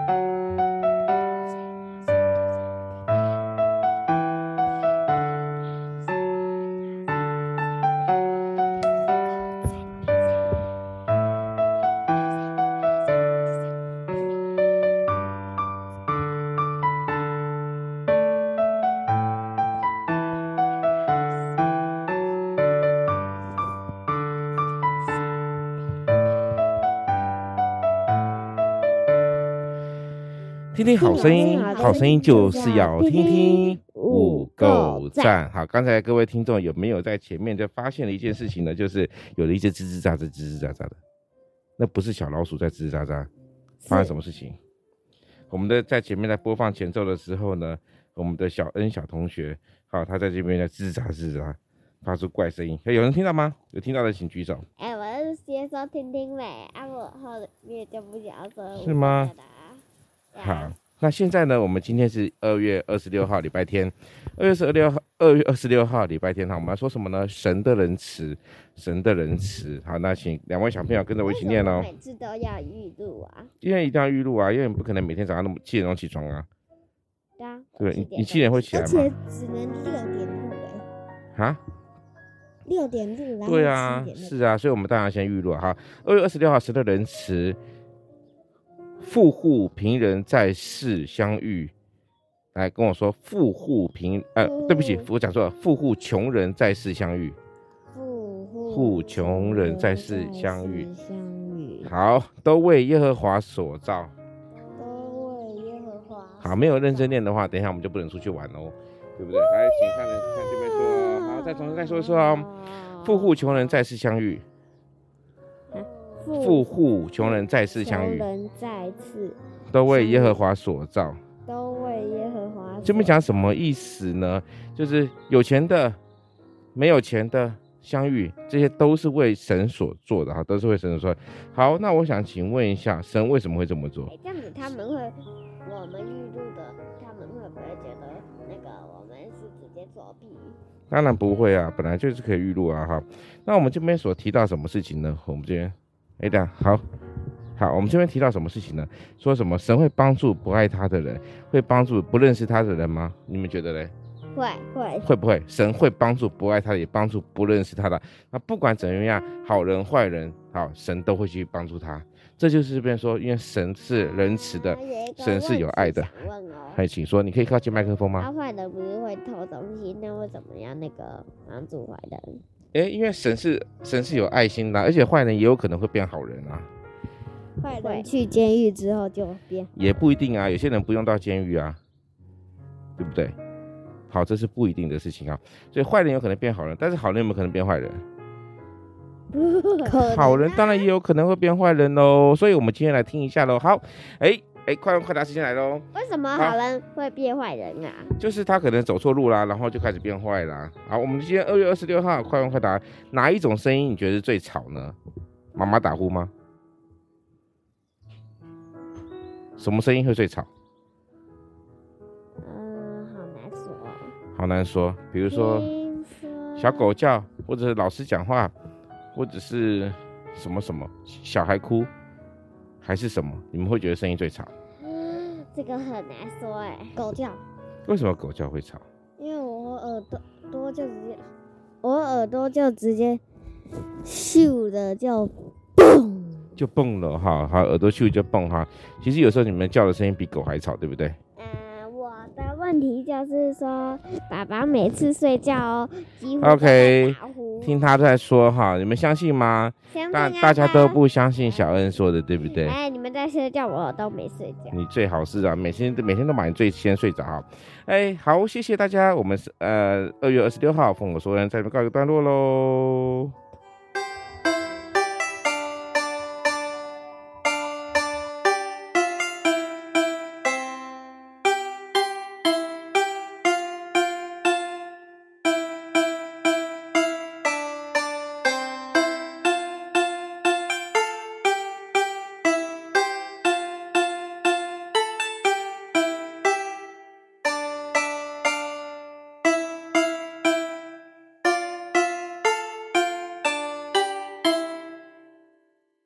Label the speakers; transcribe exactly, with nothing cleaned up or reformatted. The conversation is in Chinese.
Speaker 1: 听听好声音，好声音就是要听听五够赞。好，刚才各位听众有没有在前面就发现了一件事情呢？就是有了一只吱吱喳喳、吱吱喳喳的，那不是小老鼠在吱吱喳喳，发生什么事情？我们的在前面在播放前奏的时候呢，我们的小恩小同学，好，他在这边在吱吱喳吱喳，发出怪声音。有人听到吗？有听到的请举手。
Speaker 2: 哎、欸，我是先说听听呗，啊，我后面就不想说。
Speaker 1: 是吗？好，那现在呢？我们今天是二月二十六号，礼拜天。二月二十六号，二月二十六号，礼拜天。好，我们要说什么呢？神的仁慈，神的仁慈。好，那请两位小朋友跟着我一起念哦。
Speaker 2: 每次都要预录啊？
Speaker 1: 因为一定要预录啊，因为你不可能每天早上那么七点钟起床啊。
Speaker 2: 对啊。
Speaker 1: 对，你你七点会起来吗？
Speaker 3: 而且只能六点录哎。
Speaker 1: 啊？
Speaker 3: 六点录，然后
Speaker 1: 对啊，是啊，所以我们当然先预录哈。二月二十六号，神的仁慈。富户贫人在世相遇，来跟我说富户贫呃，对不起，我讲错了，富户穷人在世相遇，
Speaker 3: 富
Speaker 1: 户穷人在世相遇，
Speaker 3: 相遇，
Speaker 1: 好，都为耶和华所造，
Speaker 3: 都为耶和华。
Speaker 1: 好，没有认真念的话，等一下我们就不能出去玩哦，对不对？来，请看看这边说，好，再重新再说一说哦，富户穷人在世相遇。富户穷人再次相遇，
Speaker 3: 穷人再次
Speaker 1: 都为耶和华所造，
Speaker 3: 都为耶和华。
Speaker 1: 这边讲什么意思呢？就是有钱的、没有钱的相遇，这些都是为神所做的哈，都是为神所做的。好，那我想请问一下，神为什么会这么做？
Speaker 2: 欸、这样子他们会，我们预录的，他们会不会觉得那个我们是直接作弊？
Speaker 1: 当然不会啊，本来就是可以预录啊哈。那我们这边所提到什么事情呢？我们这边。哎，等下，好，好，我们这边提到什么事情呢？说什么神会帮助不爱他的人，会帮助不认识他的人吗？你们觉得嘞？
Speaker 2: 会
Speaker 3: 会
Speaker 1: 会不会？神会帮助不爱他的，也帮助不认识他的。那不管怎么样，好人坏人，好，神都会去帮助他。这就是这边说，因为神是仁慈的，神是有爱的。还、哦、请说，你可以靠近麦克风吗？
Speaker 2: 他坏人不是会偷东西，那为什么要那个帮助坏人？
Speaker 1: 哎，因为神是神是有爱心的，而且坏人也有可能会变好人啊。
Speaker 3: 坏人去监狱之后就变，
Speaker 1: 也不一定啊，有些人不用到监狱啊，对不对？好，这是不一定的事情啊。所以坏人有可能变好人，但是好人有没有可能变坏人？好人当然也有可能会变坏人喽。所以我们今天来听一下喽。好，哎。哎，快问快答时间来喽！
Speaker 2: 为什么好人会变坏人啊？
Speaker 1: 就是他可能走错路啦，然后就开始变坏啦。好，我们今天二月二十六号，快问快答，哪一种声音你觉得是最吵呢？妈妈打呼吗？什么声音会最吵？
Speaker 2: 嗯，好难说。
Speaker 1: 好难说，比如说小狗叫，或者是老师讲话，或者是什么什么小孩哭。还是什么？你们会觉得声音最吵？
Speaker 2: 嗯，这个很难说哎。
Speaker 3: 狗叫。
Speaker 1: 为什么狗叫会吵？
Speaker 3: 因为我耳朵多就直接，我耳朵就直接咻的就蹦，
Speaker 1: 就蹦了哈，好，耳朵咻就蹦哈。其实有时候你们叫的声音比狗还吵，对不对？
Speaker 2: 嗯，我的问题就是说，爸爸每次睡觉哦，几乎
Speaker 1: OK， 听他在说哈，你们相信吗？但大家都不相信小恩说的，对不对？
Speaker 2: 哎，你们在睡觉，我都没睡觉。
Speaker 1: 你最好是啊，每天每天都把你最先睡着哈。哎，好，谢谢大家，我们是呃二月二十六号，奉我所言，在这边告一个段落喽。